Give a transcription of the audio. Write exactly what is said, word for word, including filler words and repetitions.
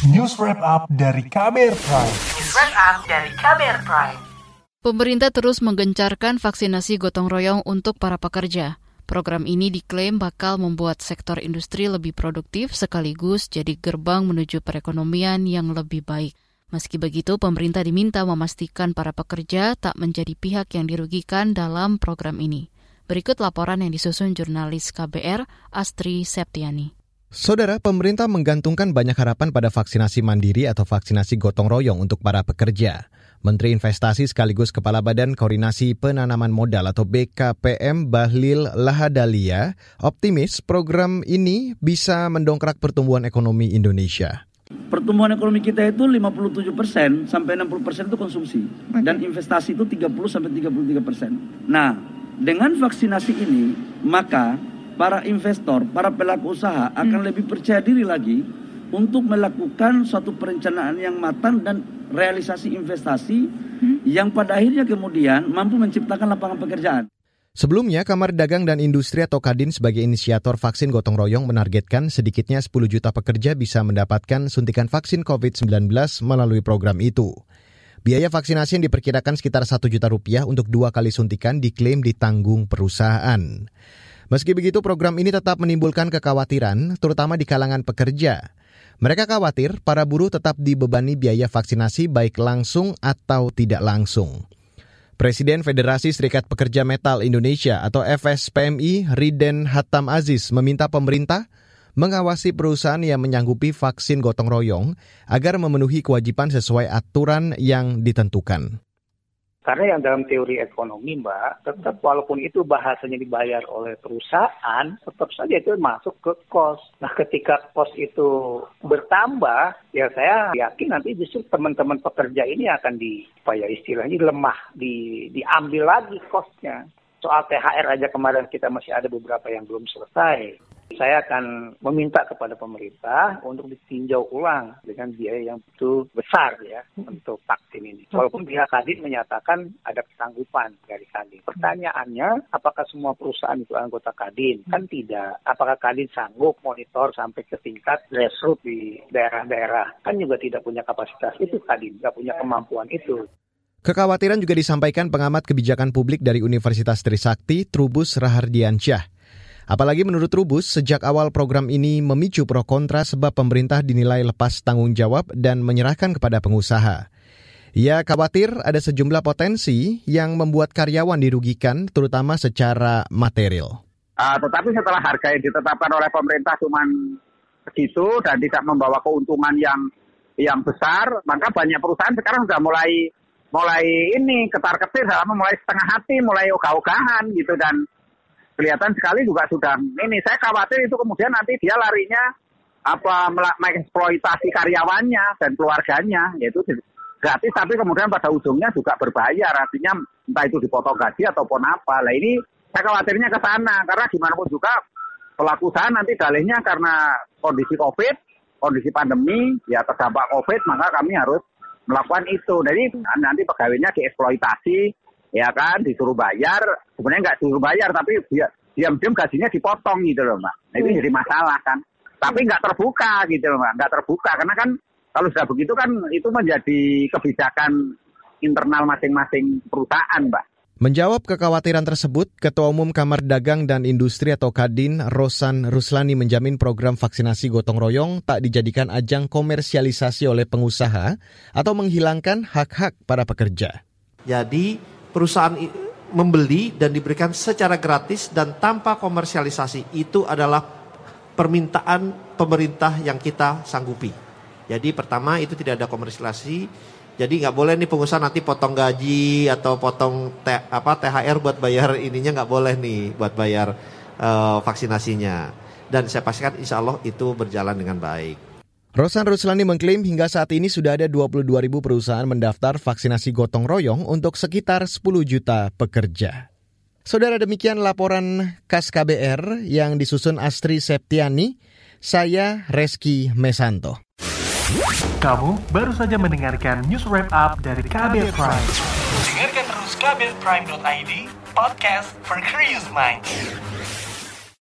News Wrap Up dari K B R Prime. News Wrap Up dari K B R Prime. Pemerintah terus menggencarkan vaksinasi gotong royong untuk para pekerja. Program ini diklaim bakal membuat sektor industri lebih produktif sekaligus jadi gerbang menuju perekonomian yang lebih baik. Meski begitu, pemerintah diminta memastikan para pekerja tak menjadi pihak yang dirugikan dalam program ini. Berikut laporan yang disusun jurnalis K B R, Astri Septiani. Saudara, pemerintah menggantungkan banyak harapan pada vaksinasi mandiri atau vaksinasi gotong royong untuk para pekerja. Menteri Investasi sekaligus Kepala Badan Koordinasi Penanaman Modal atau B K P M Bahlil Lahadalia optimis program ini bisa mendongkrak pertumbuhan ekonomi Indonesia. Pertumbuhan ekonomi kita itu lima puluh tujuh persen sampai enam puluh persen itu konsumsi dan investasi itu tiga puluh sampai tiga puluh tiga persen. Nah, dengan vaksinasi ini maka para investor, para pelaku usaha akan hmm. lebih percaya diri lagi untuk melakukan suatu perencanaan yang matang dan realisasi investasi hmm. yang pada akhirnya kemudian mampu menciptakan lapangan pekerjaan. Sebelumnya, Kamar Dagang dan Industri atau Kadin sebagai inisiator vaksin gotong royong menargetkan sedikitnya sepuluh juta pekerja bisa mendapatkan suntikan vaksin covid sembilan belas melalui program itu. Biaya vaksinasi yang diperkirakan sekitar satu juta rupiah untuk dua kali suntikan diklaim ditanggung perusahaan. Meski begitu, program ini tetap menimbulkan kekhawatiran, terutama di kalangan pekerja. Mereka khawatir para buruh tetap dibebani biaya vaksinasi baik langsung atau tidak langsung. Presiden Federasi Serikat Pekerja Metal Indonesia atau F S P M I, Riden Hatam Aziz, meminta pemerintah mengawasi perusahaan yang menyanggupi vaksin gotong royong agar memenuhi kewajiban sesuai aturan yang ditentukan. Karena yang dalam teori ekonomi, Mbak, tetap walaupun itu bahasanya dibayar oleh perusahaan, tetap saja itu masuk ke kos. Nah, ketika kos itu bertambah, ya saya yakin nanti justru teman-teman pekerja ini akan di, apa ya istilahnya lemah, di, diambil lagi kosnya. Soal T H R aja kemarin kita masih ada beberapa yang belum selesai. Saya akan meminta kepada pemerintah untuk ditinjau ulang dengan biaya yang betul besar ya untuk vaksin ini. Walaupun pihak Kadin menyatakan ada kesanggupan dari Kadin. Pertanyaannya, apakah semua perusahaan itu anggota Kadin? Kan tidak. Apakah Kadin sanggup monitor sampai ke tingkat grassroots di daerah-daerah? Kan juga tidak punya kapasitas itu Kadin, nggak punya kemampuan itu. Kekhawatiran juga disampaikan pengamat kebijakan publik dari Universitas Trisakti, Trubus Rahardiansyah. Apalagi menurut Trubus, sejak awal program ini memicu pro kontra sebab pemerintah dinilai lepas tanggung jawab dan menyerahkan kepada pengusaha. Ia khawatir ada sejumlah potensi yang membuat karyawan dirugikan, terutama secara material. Uh, tetapi setelah harga yang ditetapkan oleh pemerintah cuma segitu dan tidak membawa keuntungan yang yang besar, maka banyak perusahaan sekarang sudah mulai mulai ini ketar-ketir, mulai setengah hati, mulai ogah-ogahan gitu, dan kelihatan sekali juga sudah ini. Saya khawatir itu kemudian nanti dia larinya apa mengeksploitasi karyawannya dan keluarganya, yaitu gratis tapi kemudian pada ujungnya juga berbayar, artinya entah itu dipotong gaji ataupun apa. Lah ini saya khawatirnya ke sana, karena gimana pun juga pelaku usaha nanti dalihnya karena kondisi Covid, kondisi pandemi, ya terdampak Covid, maka kami harus melakukan itu. Jadi nanti pegawainya dieksploitasi, ya kan, disuruh bayar, sebenarnya nggak disuruh bayar, tapi diam-diam gajinya dipotong gitu loh, Mbak. Nah, itu jadi masalah kan. Tapi nggak terbuka gitu loh, Mbak. Nggak terbuka, karena kan kalau sudah begitu kan itu menjadi kebijakan internal masing-masing perusahaan, Mbak. Menjawab kekhawatiran tersebut, Ketua Umum Kamar Dagang dan Industri atau Kadin, Rosan Ruslani, menjamin program vaksinasi gotong royong tak dijadikan ajang komersialisasi oleh pengusaha atau menghilangkan hak-hak para pekerja. Jadi perusahaan membeli dan diberikan secara gratis dan tanpa komersialisasi. Itu adalah permintaan pemerintah yang kita sanggupi. Jadi pertama itu tidak ada komersialisasi. Jadi nggak boleh nih pengusaha nanti potong gaji atau potong T, apa, T H R buat bayar ininya, nggak boleh nih buat bayar uh, vaksinasinya. Dan saya pastikan insya Allah itu berjalan dengan baik. Rosan Ruslani mengklaim hingga saat ini sudah ada dua puluh dua ribu perusahaan mendaftar vaksinasi gotong royong untuk sekitar sepuluh juta pekerja. Saudara, demikian laporan Khas K B R yang disusun Astri Septiani. Saya Reski Mesanto. Kamu baru saja mendengarkan News Wrap Up dari K B R Prime. Dengarkan terus k b r prime dot i d, podcast for curious minds.